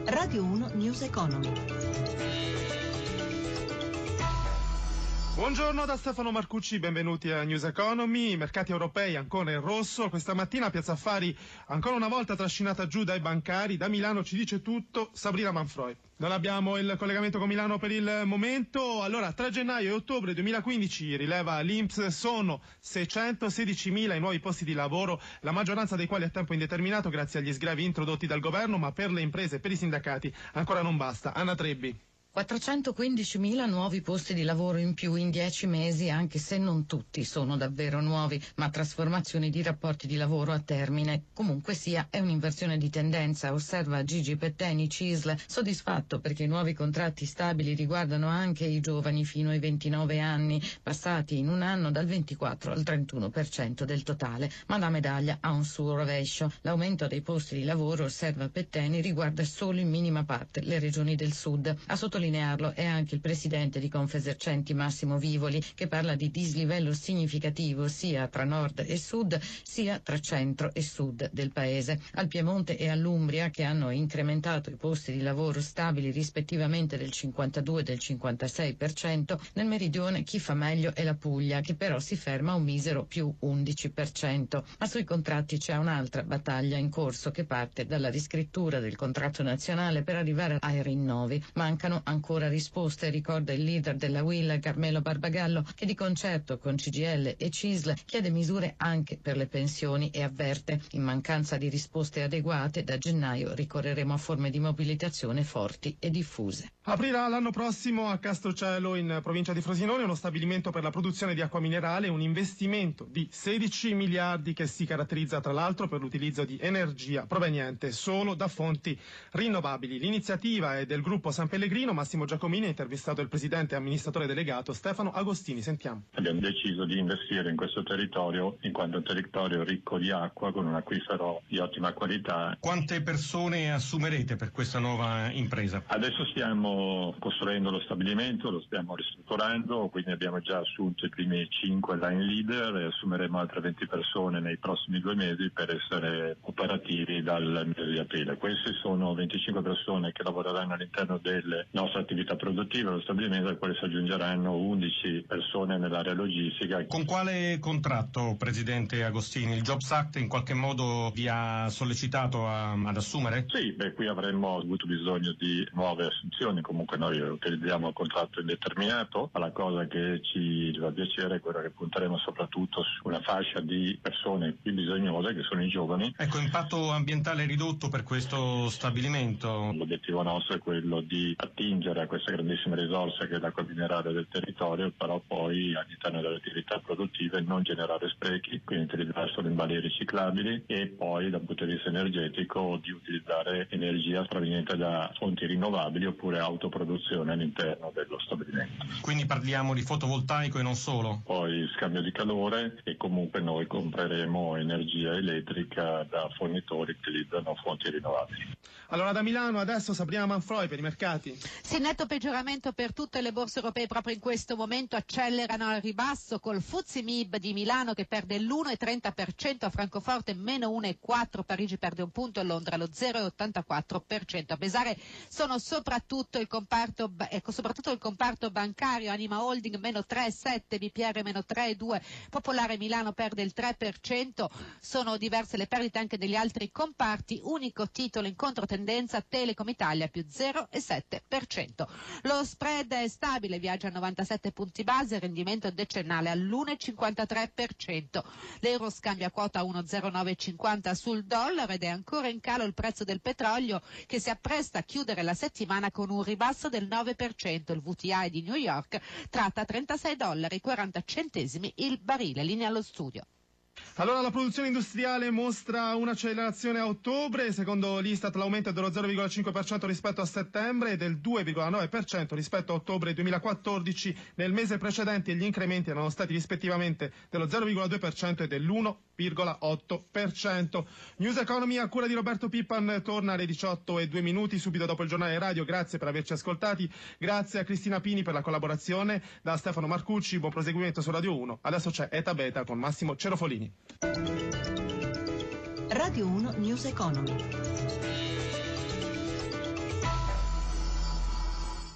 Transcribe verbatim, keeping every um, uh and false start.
Radio uno News Economy. Buongiorno da Stefano Marcucci, benvenuti a News Economy. I mercati europei ancora in rosso. Questa mattina Piazza Affari ancora una volta trascinata giù dai bancari. Da Milano ci dice tutto Sabrina Manfroi. Non abbiamo il collegamento con Milano per il momento. Allora, tra gennaio e ottobre duemilaquindici, rileva l'I N P S, sono seicentosedicimila i nuovi posti di lavoro, la maggioranza dei quali a tempo indeterminato grazie agli sgravi introdotti dal governo, ma per le imprese e per i sindacati ancora non basta. Anna Trebbi. quattrocentoquindicimila nuovi posti di lavoro in più in dieci mesi, anche se non tutti sono davvero nuovi, ma trasformazioni di rapporti di lavoro a termine. Comunque sia, è un'inversione di tendenza, osserva Gigi Petteni, C I S L, soddisfatto perché i nuovi contratti stabili riguardano anche i giovani fino ai ventinove anni, passati in un anno dal ventiquattro al trentuno per cento del totale, ma la medaglia ha un suo rovescio. L'aumento dei posti di lavoro, osserva Petteni, riguarda solo in minima parte le regioni del sud. A sottolinearlo è anche il presidente di Confesercenti Massimo Vivoli, che parla di dislivello significativo sia tra nord e sud sia tra centro e sud del paese. Al Piemonte e all'Umbria, che hanno incrementato i posti di lavoro stabili rispettivamente del cinquantadue e del cinquantasei per cento, nel meridione chi fa meglio è la Puglia, che però si ferma a un misero più undici per cento. Ma sui contratti c'è un'altra battaglia in corso che parte dalla riscrittura del contratto nazionale per arrivare ai rinnovi. Mancano ancora risposte, ricorda il leader della U I L, Carmelo Barbagallo, che di concerto con C G I L e C I S L chiede misure anche per le pensioni e avverte: in mancanza di risposte adeguate da gennaio ricorreremo a forme di mobilitazione forti e diffuse. Aprirà l'anno prossimo a Castrocelo, in provincia di Frosinone, uno stabilimento per la produzione di acqua minerale, un investimento di sedici miliardi che si caratterizza tra l'altro per l'utilizzo di energia proveniente solo da fonti rinnovabili. L'iniziativa è del gruppo San Pellegrino. Massimo Giacomini ha intervistato il presidente e amministratore delegato Stefano Agostini. Sentiamo. Abbiamo deciso di investire in questo territorio in quanto è un territorio ricco di acqua con un acquifero di ottima qualità. Quante persone assumerete per questa nuova impresa? Adesso stiamo costruendo lo stabilimento, lo stiamo ristrutturando, quindi abbiamo già assunto i primi cinque line leader e assumeremo altre venti persone nei prossimi due mesi per essere operativi dal mese di aprile. Queste sono venticinque persone che lavoreranno all'interno delle nostre attività produttive, lo stabilimento, al quale si aggiungeranno undici persone nell'area logistica. Con quale contratto, Presidente Agostini? Il Jobs Act in qualche modo vi ha sollecitato a, ad assumere? Sì, beh, qui avremmo avuto bisogno di nuove assunzioni, comunque noi utilizziamo il contratto indeterminato, ma la cosa che ci fa piacere è quella che punteremo soprattutto su una fascia di persone più bisognose, che sono i giovani. Ecco, impatto ambientale ridotto per questo stabilimento. L'obiettivo nostro è quello di attingere a queste grandissime risorse che è l'acqua minerale del territorio, però poi all'interno delle attività produttive non generare sprechi, quindi utilizzare solo imballi riciclabili, e poi dal punto di vista energetico di utilizzare energia proveniente da fonti rinnovabili oppure autoproduzione all'interno dello stabilimento. Quindi parliamo di fotovoltaico e non solo? Poi scambio di calore, e comunque noi compreremo energia elettrica da fornitori che utilizzano fonti rinnovabili. Allora, da Milano adesso Sabrina Manfroi per i mercati. Sì, netto peggioramento per tutte le borse europee proprio in questo momento, accelerano al ribasso col F T S E M I B di Milano che perde l'uno virgola trenta per cento, a Francoforte meno uno virgola quattro per cento, Parigi perde un punto e Londra lo zero virgola ottantaquattro per cento. A pesare sono soprattutto il comparto, ecco, soprattutto il comparto bancario, Anima Holding meno tre virgola sette, B P R meno tre virgola due, Popolare Milano perde il tre per cento, sono diverse le perdite anche degli altri comparti, unico titolo in controtendenza Telecom Italia più zero virgola sette per cento. Lo spread è stabile, viaggia a novantasette punti base, rendimento decennale all'uno virgola cinquantatré per cento. L'euro scambia quota uno virgola zero nove cinquanta sul dollaro ed è ancora in calo il prezzo del petrolio, che si appresta a chiudere la settimana con un ribasso del nove per cento. Il V T I di New York tratta trentasei dollari e quaranta centesimi il barile. Linea allo studio. Allora, la produzione industriale mostra un'accelerazione a ottobre, secondo l'Istat l'aumento è dello zero virgola cinque per cento rispetto a settembre e del due virgola nove per cento rispetto a ottobre duemilaquattordici. Nel mese precedente gli incrementi erano stati rispettivamente dello zero virgola due per cento e dell'uno virgola otto per cento. News Economy a cura di Roberto Pippan torna alle diciotto e due minuti, subito dopo il giornale radio. Grazie per averci ascoltati, grazie a Cristina Pini per la collaborazione, da Stefano Marcucci, buon proseguimento su Radio uno. Adesso c'è Eta Beta con Massimo Cerofolini. Radio uno News Economy.